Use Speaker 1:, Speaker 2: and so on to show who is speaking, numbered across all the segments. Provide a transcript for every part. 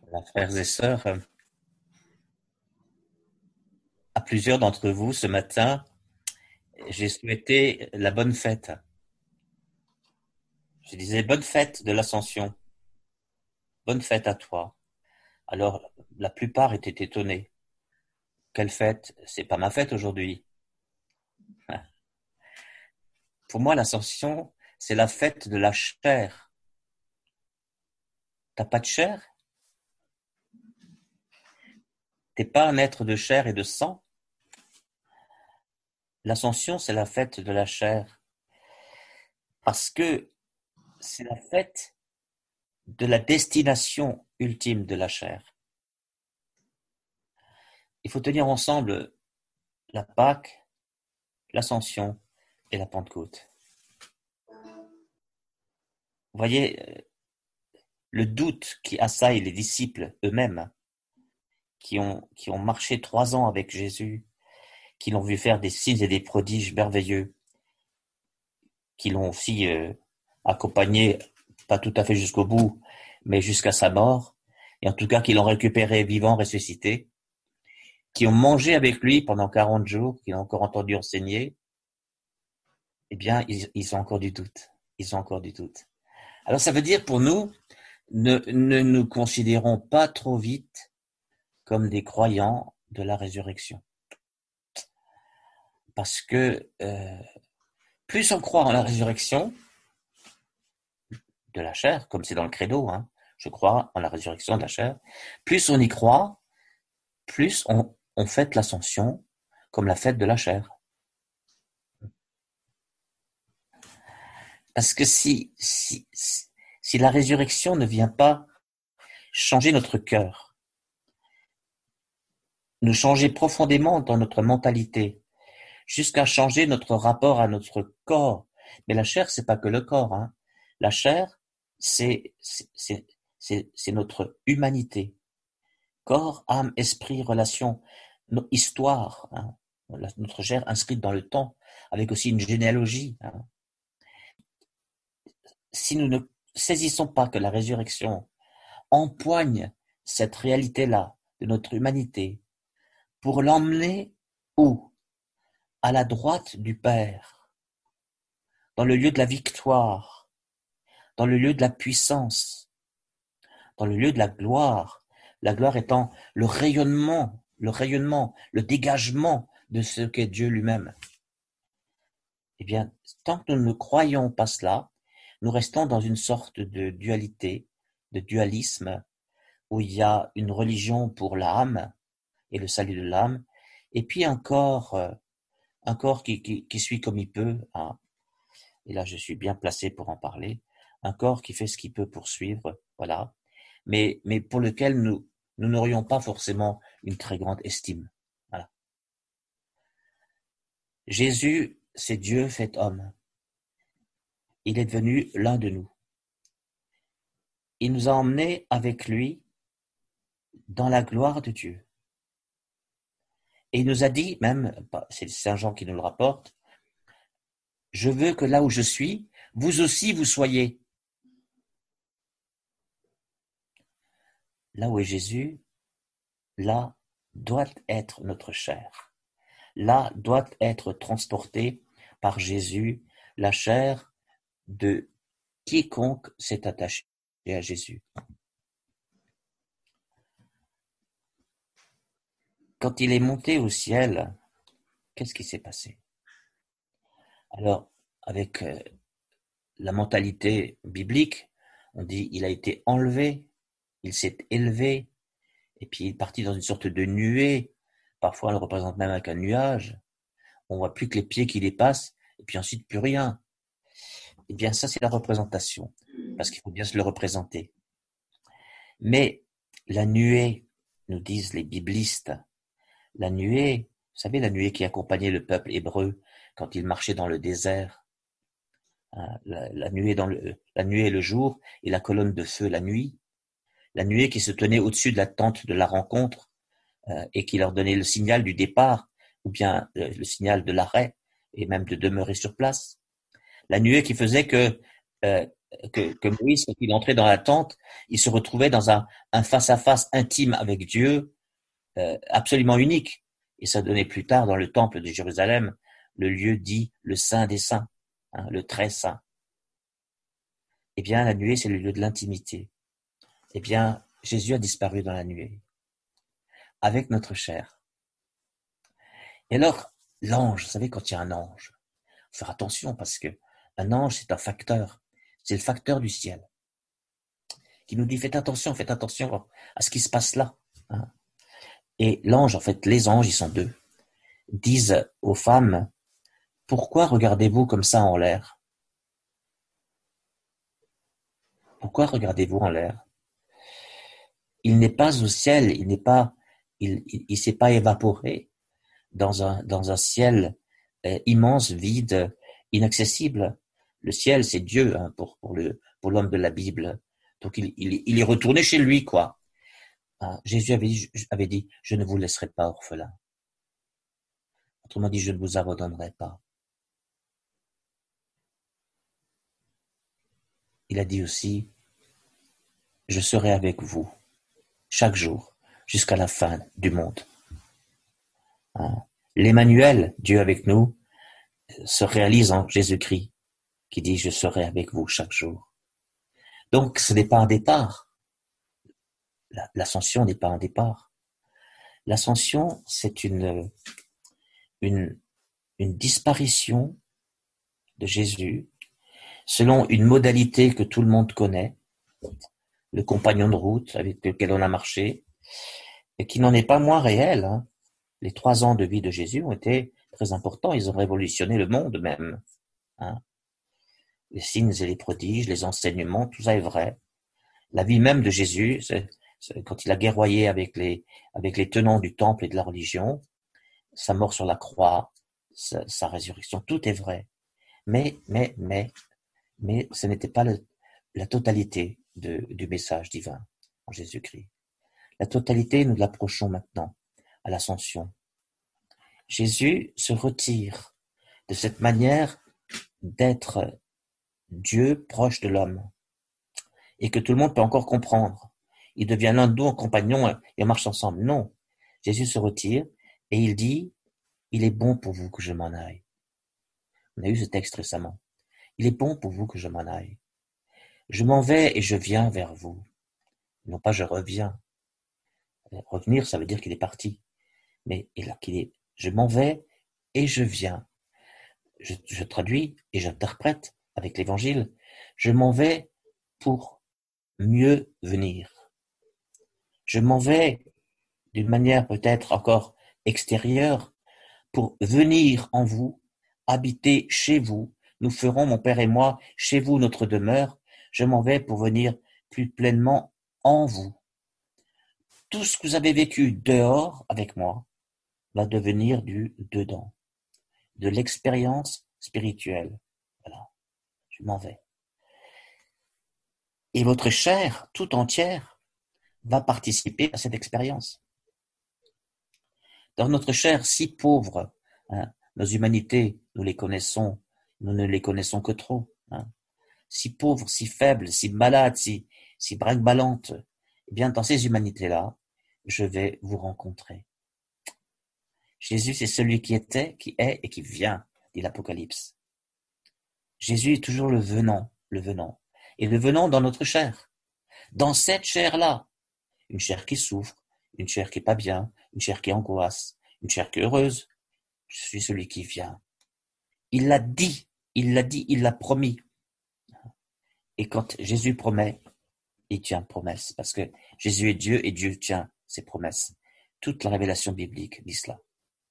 Speaker 1: Voilà, frères et sœurs, à plusieurs d'entre vous ce matin, j'ai souhaité la bonne fête. Je disais bonne fête de l'Ascension, bonne fête à toi. Alors, la plupart étaient étonnés. Quelle fête? C'est pas ma fête aujourd'hui. Pour moi, l'Ascension, c'est la fête de la chair. T'as pas de chair? T'es pas un être de chair et de sang? L'Ascension, c'est la fête de la chair. Parce que c'est la fête de la destination ultime de la chair. Il faut tenir ensemble la Pâque, l'Ascension et la Pentecôte. Vous voyez, le doute qui assaille les disciples eux-mêmes, qui ont marché 3 ans avec Jésus, qui l'ont vu faire des signes et des prodiges merveilleux, qui l'ont aussi accompagné, pas tout à fait jusqu'au bout, mais jusqu'à sa mort, et en tout cas qui l'ont récupéré vivant, ressuscité, qui ont mangé avec lui pendant 40 jours, qui l'ont encore entendu enseigner, eh bien, ils ont encore du doute. Ils ont encore du doute. Alors ça veut dire pour nous, ne nous considérons pas trop vite comme des croyants de la résurrection. Parce que plus on croit en la résurrection de la chair, comme c'est dans le credo, hein, je crois en la résurrection de la chair, plus on y croit, plus on fête l'ascension comme la fête de la chair. Parce que si la résurrection ne vient pas changer notre cœur, nous changer profondément dans notre mentalité, jusqu'à changer notre rapport à notre corps. Mais la chair, c'est pas que le corps, hein. La chair, c'est notre humanité. Corps, âme, esprit, relation, histoire, hein. Notre chair inscrite dans le temps, avec aussi une généalogie, hein. Si nous ne saisissons pas que la résurrection empoigne cette réalité-là de notre humanité pour l'emmener où? À la droite du Père, dans le lieu de la victoire, dans le lieu de la puissance, dans le lieu de la gloire étant le dégagement de ce qu'est Dieu lui-même. Eh bien, tant que nous ne croyons pas cela, nous restons dans une sorte de dualité, de dualisme, où il y a une religion pour l'âme et le salut de l'âme, et puis un corps qui suit comme il peut, hein. Et là je suis bien placé pour en parler, un corps qui fait ce qu'il peut pour suivre, voilà, mais pour lequel nous n'aurions pas forcément une très grande estime. Voilà. Jésus, c'est Dieu fait homme. Il est devenu l'un de nous. Il nous a emmenés avec lui dans la gloire de Dieu. Et il nous a dit, même, c'est Saint Jean qui nous le rapporte, je veux que là où je suis, vous aussi vous soyez. Là où est Jésus, là doit être notre chair. Là doit être transportée par Jésus la chair de quiconque s'est attaché à Jésus. Quand il est monté au ciel, qu'est-ce qui s'est passé? Alors, avec la mentalité biblique, on dit il a été enlevé, il s'est élevé, et puis il est parti dans une sorte de nuée. Parfois, on le représente même avec un nuage. On voit plus que les pieds qui dépassent, et puis ensuite plus rien. Eh bien, ça, c'est la représentation, parce qu'il faut bien se le représenter. Mais la nuée, nous disent les biblistes, la nuée, vous savez, la nuée qui accompagnait le peuple hébreu quand il marchait dans le désert, hein, la nuée le jour et la colonne de feu la nuit, la nuée qui se tenait au-dessus de la tente de la rencontre et qui leur donnait le signal du départ ou bien le signal de l'arrêt et même de demeurer sur place. La nuée qui faisait que que Moïse, quand il entrait dans la tente, il se retrouvait dans un face-à-face intime avec Dieu, absolument unique. Et ça donnait plus tard, dans le temple de Jérusalem, le lieu dit le Saint des Saints, hein, le très saint. Eh bien, la nuée, c'est le lieu de l'intimité. Eh bien, Jésus a disparu dans la nuée, avec notre chair. Et alors, l'ange, vous savez, quand il y a un ange, faut faire attention parce que un ange, c'est un facteur. C'est le facteur du ciel qui nous dit faites attention à ce qui se passe là. Hein. Et l'ange, en fait, les anges, ils sont deux, disent aux femmes, pourquoi regardez-vous comme ça en l'air? Pourquoi regardez-vous en l'air? Il n'est pas au ciel, il s'est pas évaporé dans un ciel immense, vide, inaccessible. Le ciel, c'est Dieu, hein, pour l'homme de la Bible. Donc il est retourné chez lui, quoi. Hein, Jésus avait dit, je ne vous laisserai pas orphelin. Autrement dit, je ne vous abandonnerai pas. Il a dit aussi, je serai avec vous chaque jour jusqu'à la fin du monde. Hein. L'Emmanuel, Dieu avec nous, se réalise en Jésus-Christ, qui dit, je serai avec vous chaque jour. Donc, ce n'est pas un départ. L'ascension n'est pas un départ. L'ascension, c'est une disparition de Jésus selon une modalité que tout le monde connaît, le compagnon de route avec lequel on a marché, et qui n'en est pas moins réel. Hein. Les 3 ans de vie de Jésus ont été très importants, ils ont révolutionné le monde même. Hein. Les signes et les prodiges, les enseignements, tout ça est vrai. La vie même de Jésus, quand il a guerroyé avec les tenants du temple et de la religion, sa mort sur la croix, sa résurrection, tout est vrai. Mais ce n'était pas la totalité du message divin en Jésus-Christ. La totalité, nous l'approchons maintenant à l'ascension. Jésus se retire de cette manière d'être Dieu proche de l'homme et que tout le monde peut encore comprendre. Il devient l'un de nous en compagnon et on marche ensemble. Non, Jésus se retire et il dit, il est bon pour vous que je m'en aille. On a eu ce texte récemment. Il est bon pour vous que je m'en aille. Je m'en vais et je viens vers vous. Non pas je reviens. Revenir, ça veut dire qu'il est parti. Mais je m'en vais et je viens. Je traduis et j'interprète avec l'évangile. Je m'en vais pour mieux venir. Je m'en vais d'une manière peut-être encore extérieure pour venir en vous, habiter chez vous. Nous ferons, mon Père et moi, chez vous notre demeure. Je m'en vais pour venir plus pleinement en vous. Tout ce que vous avez vécu dehors avec moi va devenir du dedans, de l'expérience spirituelle. Voilà, je m'en vais. Et votre chair tout entière va participer à cette expérience. Dans notre chair si pauvre, hein, nos humanités, nous ne les connaissons que trop. Hein, si pauvres, si faibles, si malades, si brinque-ballantes, eh bien, dans ces humanités-là, je vais vous rencontrer. Jésus, c'est celui qui était, qui est et qui vient, dit l'Apocalypse. Jésus est toujours le venant. Et le venant dans notre chair. Dans cette chair-là. Une chair qui souffre, une chair qui est pas bien, une chair qui angoisse, une chair qui est heureuse. Je suis celui qui vient. Il l'a dit, il l'a promis. Et quand Jésus promet, il tient promesse. Parce que Jésus est Dieu et Dieu tient ses promesses. Toute la révélation biblique dit cela.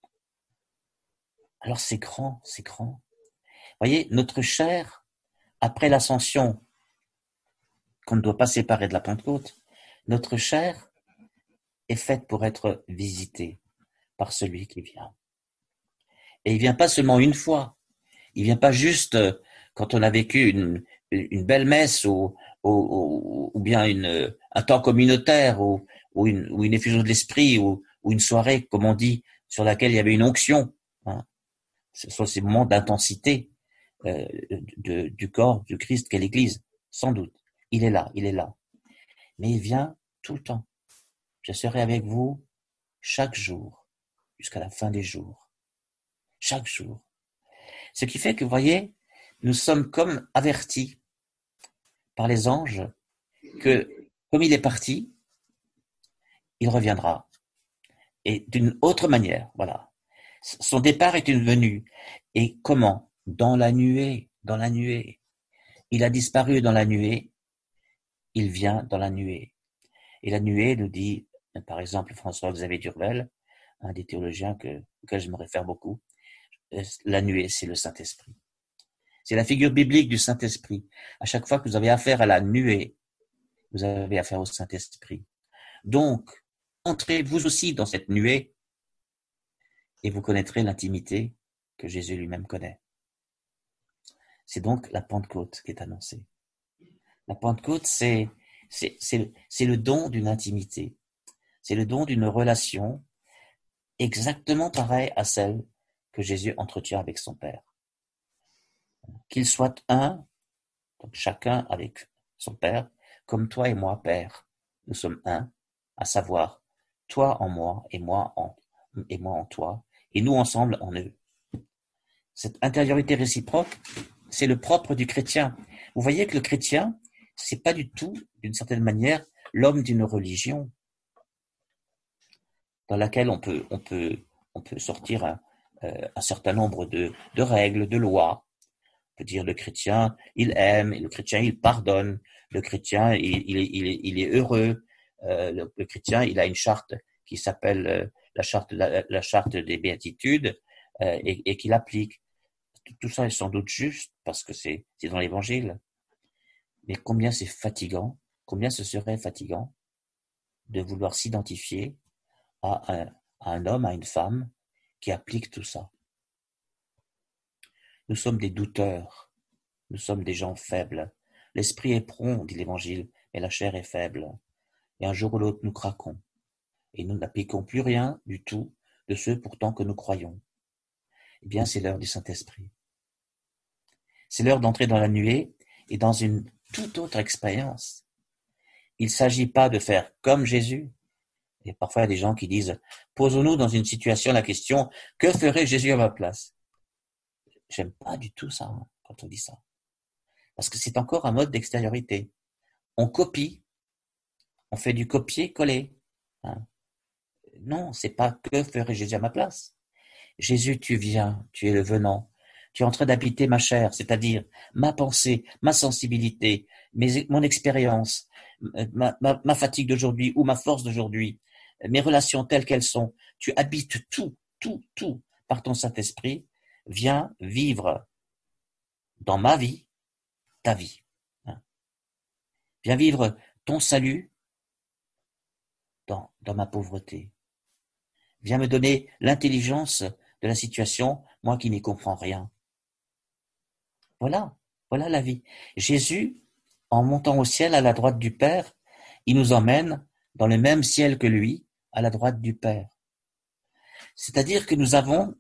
Speaker 1: Alors c'est grand, c'est grand. Voyez, notre chair, après l'ascension, qu'on ne doit pas séparer de la Pentecôte, notre chair est faite pour être visitée par celui qui vient. Et il vient pas seulement une fois. Il vient pas juste quand on a vécu une belle messe ou bien un temps communautaire ou une effusion de l'esprit ou une soirée, comme on dit, sur laquelle il y avait une onction. Hein. Ce sont ces moments d'intensité du corps du Christ qu'est l'Église. sans doute. Il est là, il est là. Mais il vient tout le temps. Je serai avec vous chaque jour, jusqu'à la fin des jours. Chaque jour. Ce qui fait que, vous voyez, nous sommes comme avertis par les anges que, comme il est parti, il reviendra. Et d'une autre manière, voilà. Son départ est une venue. Et comment? Dans la nuée, dans la nuée. Il a disparu dans la nuée, il vient dans la nuée. Et la nuée nous dit, par exemple, François-Xavier Durvel, un des théologiens auquel je me réfère beaucoup, la nuée, c'est le Saint-Esprit. C'est la figure biblique du Saint-Esprit. À chaque fois que vous avez affaire à la nuée, vous avez affaire au Saint-Esprit. Donc, entrez vous aussi dans cette nuée et vous connaîtrez l'intimité que Jésus lui-même connaît. C'est donc la Pentecôte qui est annoncée. La Pentecôte, c'est le don d'une intimité. C'est le don d'une relation exactement pareille à celle que Jésus entretient avec son Père. Qu'il soit un, donc chacun avec son Père, comme toi et moi, Père. Nous sommes un, à savoir, toi en moi et moi en toi, et nous ensemble en eux. Cette intériorité réciproque, c'est le propre du chrétien. Vous voyez que le chrétien, c'est pas du tout, d'une certaine manière, l'homme d'une religion dans laquelle on peut sortir un certain nombre de règles, de lois. On peut dire le chrétien, il aime, et le chrétien, il pardonne, le chrétien, il est heureux, le chrétien, il a une charte qui s'appelle la charte des béatitudes et qu'il applique. Tout ça est sans doute juste parce que c'est dans l'évangile. Mais combien c'est fatigant, combien ce serait fatigant de vouloir s'identifier à un homme, à une femme qui applique tout ça. Nous sommes des douteurs, nous sommes des gens faibles. L'esprit est prompt, dit l'Évangile, mais la chair est faible. Et un jour ou l'autre, nous craquons. Et nous n'appliquons plus rien du tout de ce pourtant que nous croyons. Eh bien, c'est l'heure du Saint-Esprit. C'est l'heure d'entrer dans la nuée et dans une toute autre expérience. Il ne s'agit pas de faire comme Jésus. Et parfois, il y a des gens qui disent, posons-nous dans une situation la question, que ferait Jésus à ma place? J'aime pas du tout ça, quand on dit ça. Parce que c'est encore un mode d'extériorité. On copie, on fait du copier-coller. Hein. Non, c'est pas que ferait Jésus à ma place. Jésus, tu viens, tu es le venant. Tu es en train d'habiter ma chair, c'est-à-dire ma pensée, ma sensibilité, mon expérience, ma fatigue d'aujourd'hui ou ma force d'aujourd'hui, mes relations telles qu'elles sont. Tu habites tout par ton Saint-Esprit. Viens vivre dans ma vie, ta vie. Hein. Viens vivre ton salut dans ma pauvreté. Viens me donner l'intelligence de la situation, moi qui n'y comprends rien. Voilà la vie. Jésus, en montant au ciel à la droite du Père, il nous emmène dans le même ciel que lui, à la droite du Père. C'est-à-dire que nous avons,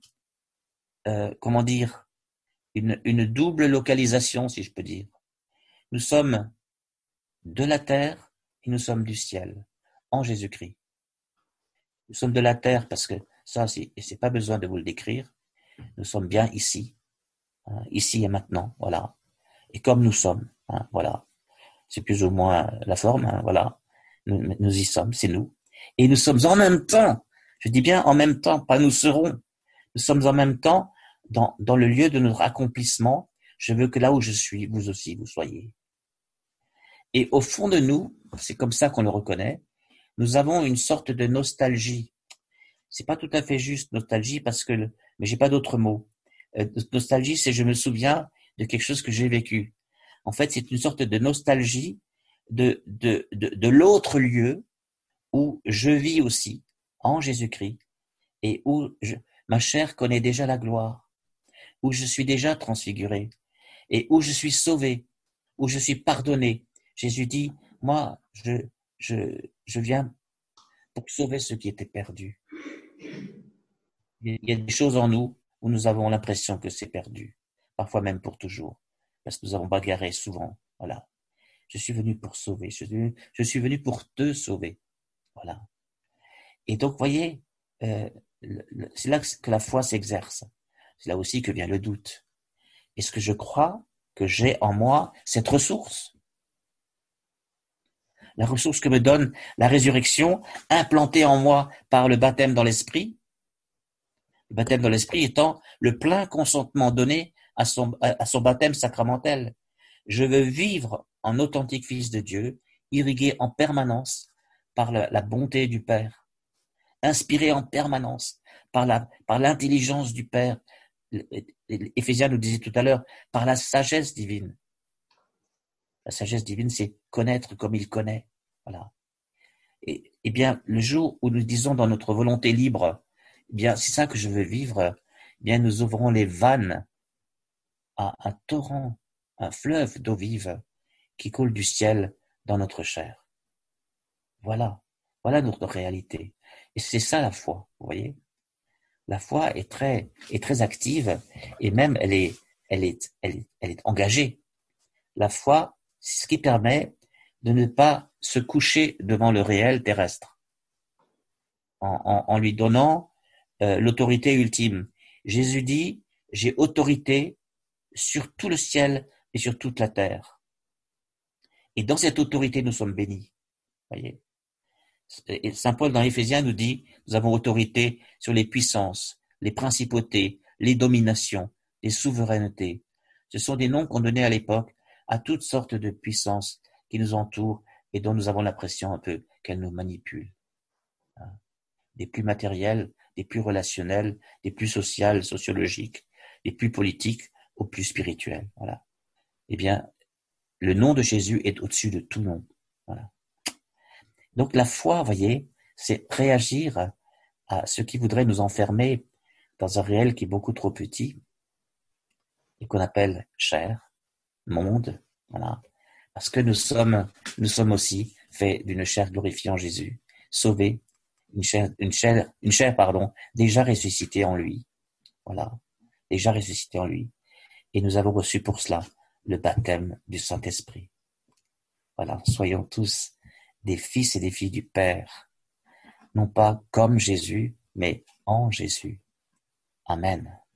Speaker 1: une double localisation, si je peux dire. Nous sommes de la terre et nous sommes du ciel, en Jésus-Christ. Nous sommes de la terre parce que ça, c'est pas besoin de vous le décrire. Nous sommes bien ici, hein, ici et maintenant, voilà. Et comme nous sommes, hein, voilà. C'est plus ou moins la forme, hein, voilà. Nous y sommes, c'est nous. Et nous sommes en même temps, je dis bien en même temps, pas nous serons. Nous sommes en même temps dans le lieu de notre accomplissement. Je veux que là où je suis, vous aussi, vous soyez. Et au fond de nous, c'est comme ça qu'on le reconnaît, nous avons une sorte de nostalgie. C'est pas tout à fait juste nostalgie parce que, mais j'ai pas d'autre mot. Nostalgie, c'est je me souviens de quelque chose que j'ai vécu. En fait, c'est une sorte de nostalgie de l'autre lieu où je vis aussi en Jésus-Christ et où ma chair connaît déjà la gloire, où je suis déjà transfiguré et où je suis sauvé, où je suis pardonné. Jésus dit, moi, je viens pour sauver ceux qui étaient perdus. Il y a des choses en nous où nous avons l'impression que c'est perdu, parfois même pour toujours, parce que nous avons bagarré souvent, voilà. Je suis venu pour sauver. Je suis venu pour te sauver. Voilà. Et donc, voyez, c'est là que la foi s'exerce. C'est là aussi que vient le doute. Est-ce que je crois que j'ai en moi cette ressource? La ressource que me donne la résurrection, implantée en moi par le baptême dans l'esprit. Le baptême dans l'esprit étant le plein consentement donné à son baptême sacramentel. Je veux vivre en authentique fils de Dieu, irrigué en permanence par la bonté du Père, inspiré en permanence par l'intelligence du Père. Éphésiens nous disait tout à l'heure, par la sagesse divine. La sagesse divine, c'est connaître comme il connaît. Voilà. Et bien, le jour où nous disons dans notre volonté libre, eh bien, c'est ça que je veux vivre, eh bien, nous ouvrons les vannes à un torrent, un fleuve d'eau vive qui coule du ciel dans notre chair. Voilà. Voilà notre réalité. Et c'est ça la foi, vous voyez. La foi est très active et même elle est engagée. La foi, c'est ce qui permet de ne pas se coucher devant le réel terrestre en lui donnant l'autorité ultime. Jésus dit, j'ai autorité sur tout le ciel et sur toute la terre. Et dans cette autorité, nous sommes bénis. Voyez. Et Saint Paul dans Éphésiens nous dit, nous avons autorité sur les puissances, les principautés, les dominations, les souverainetés. Ce sont des noms qu'on donnait à l'époque à toutes sortes de puissances qui nous entourent et dont nous avons l'impression un peu qu'elles nous manipulent. Des plus matérielles, des plus relationnelles, des plus sociales, sociologiques, des plus politiques aux plus spirituelles. Voilà. Eh bien, le nom de Jésus est au-dessus de tout nom. Voilà. Donc la foi, voyez, c'est réagir à ce qui voudrait nous enfermer dans un réel qui est beaucoup trop petit et qu'on appelle chair, monde, voilà. Parce que nous sommes aussi faits d'une chair glorifiant Jésus, sauvés, une chair, déjà ressuscitée en lui, voilà, déjà ressuscitée en lui. Et nous avons reçu pour cela le baptême du Saint-Esprit. Voilà, soyons tous des fils et des filles du Père, non pas comme Jésus, mais en Jésus. Amen.